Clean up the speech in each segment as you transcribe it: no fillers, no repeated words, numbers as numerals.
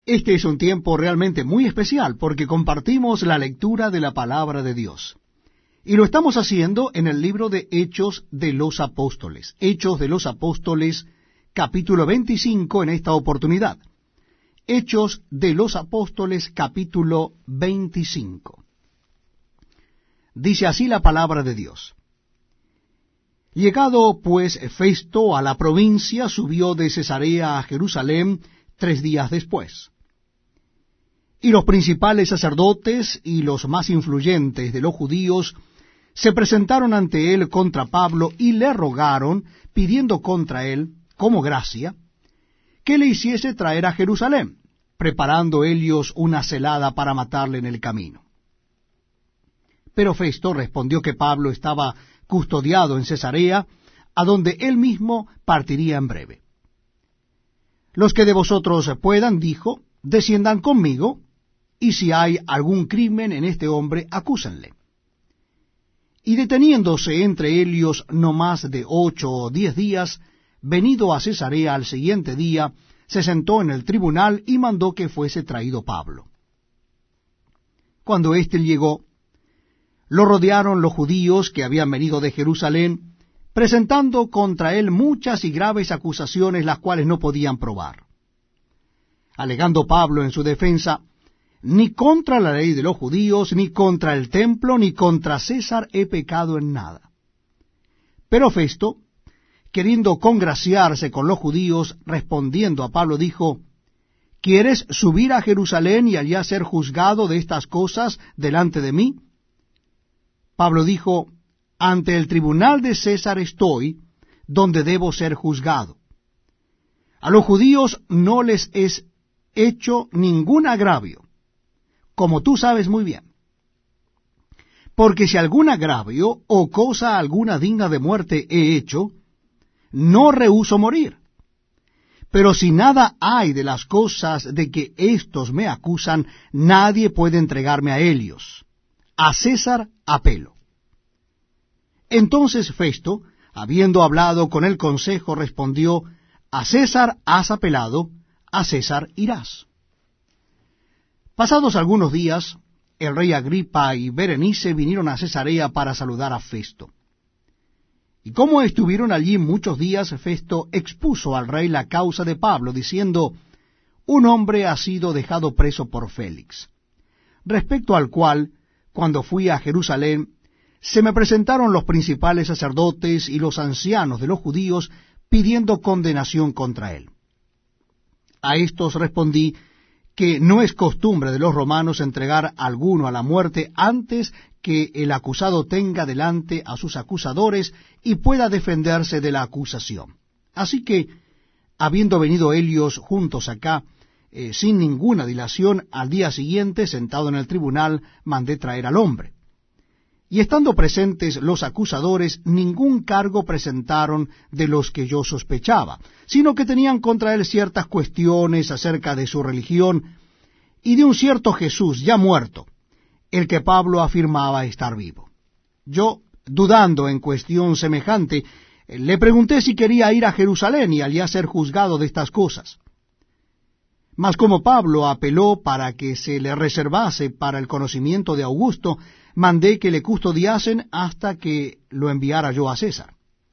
Este es un tiempo realmente muy especial porque compartimos la lectura de la palabra de Dios. Y lo estamos haciendo en el libro de Hechos de los Apóstoles. Hechos de los Apóstoles, capítulo 25 en esta oportunidad. Hechos de los Apóstoles, capítulo 25. Dice así la palabra de Dios. Llegado pues Festo a la provincia, subió de Cesarea a Jerusalén 3 días después. Y los principales sacerdotes y los más influyentes de los judíos se presentaron ante él contra Pablo y le rogaron, pidiendo contra él, como gracia, que le hiciese traer a Jerusalén, preparando ellos una celada para matarle en el camino. Pero Festo respondió que Pablo estaba custodiado en Cesarea, a donde él mismo partiría en breve. Los que de vosotros puedan, dijo, desciendan conmigo, y si hay algún crimen en este hombre, acúsenle. Y deteniéndose entre ellos no más de 8 o 10 días, venido a Cesarea al siguiente día, se sentó en el tribunal y mandó que fuese traído Pablo. Cuando éste llegó, lo rodearon los judíos que habían venido de Jerusalén, presentando contra él muchas y graves acusaciones, las cuales no podían probar. Alegando Pablo en su defensa, ni contra la ley de los judíos, ni contra el templo, ni contra César he pecado en nada. Pero Festo, queriendo congraciarse con los judíos, respondiendo a Pablo, dijo, ¿quieres subir a Jerusalén y allá ser juzgado de estas cosas delante de mí? Pablo dijo, ante el tribunal de César estoy, donde debo ser juzgado. A los judíos no les es hecho ningún agravio, como tú sabes muy bien. Porque si algún agravio o cosa alguna digna de muerte he hecho, no rehúso morir. Pero si nada hay de las cosas de que éstos me acusan, nadie puede entregarme a ellos. A César apelo. Entonces Festo, habiendo hablado con el consejo, respondió, a César has apelado, a César irás. Pasados algunos días, el rey Agripa y Berenice vinieron a Cesarea para saludar a Festo. Y como estuvieron allí muchos días, Festo expuso al rey la causa de Pablo, diciendo, un hombre ha sido dejado preso por Félix, respecto al cual, cuando fui a Jerusalén, se me presentaron los principales sacerdotes y los ancianos de los judíos, pidiendo condenación contra él. A estos respondí que no es costumbre de los romanos entregar a alguno a la muerte antes que el acusado tenga delante a sus acusadores y pueda defenderse de la acusación. Así que, habiendo venido ellos juntos acá, sin ninguna dilación, al día siguiente, sentado en el tribunal, mandé traer al hombre. Y estando presentes los acusadores, ningún cargo presentaron de los que yo sospechaba, sino que tenían contra él ciertas cuestiones acerca de su religión y de un cierto Jesús ya muerto, el que Pablo afirmaba estar vivo. Yo, dudando en cuestión semejante, le pregunté si quería ir a Jerusalén y allá ser juzgado de estas cosas. Mas como Pablo apeló para que se le reservase para el conocimiento de Augusto, mandé que le custodiasen hasta que lo enviara yo a César.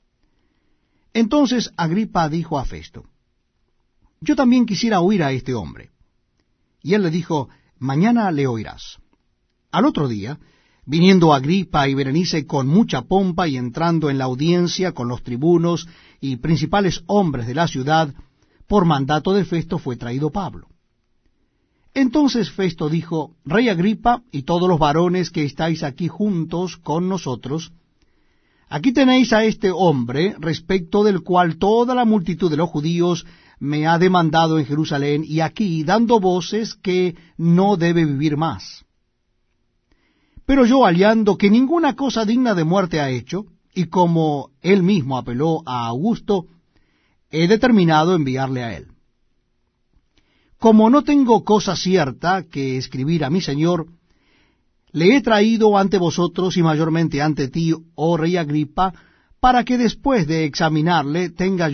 Entonces Agripa dijo a Festo, yo también quisiera oír a este hombre. Y él le dijo, mañana le oirás. Al otro día, viniendo Agripa y Berenice con mucha pompa y entrando en la audiencia con los tribunos y principales hombres de la ciudad, por mandato de Festo fue traído Pablo. Entonces Festo dijo, Rey Agripa y todos los varones que estáis aquí juntos con nosotros, aquí tenéis a este hombre, respecto del cual toda la multitud de los judíos me ha demandado en Jerusalén, y aquí dando voces que no debe vivir más. Pero yo, hallando que ninguna cosa digna de muerte ha hecho, y como él mismo apeló a Augusto, he determinado enviarle a él. Como no tengo cosa cierta que escribir a mi señor, le he traído ante vosotros y mayormente ante ti, oh rey Agripa, para que después de examinarle tenga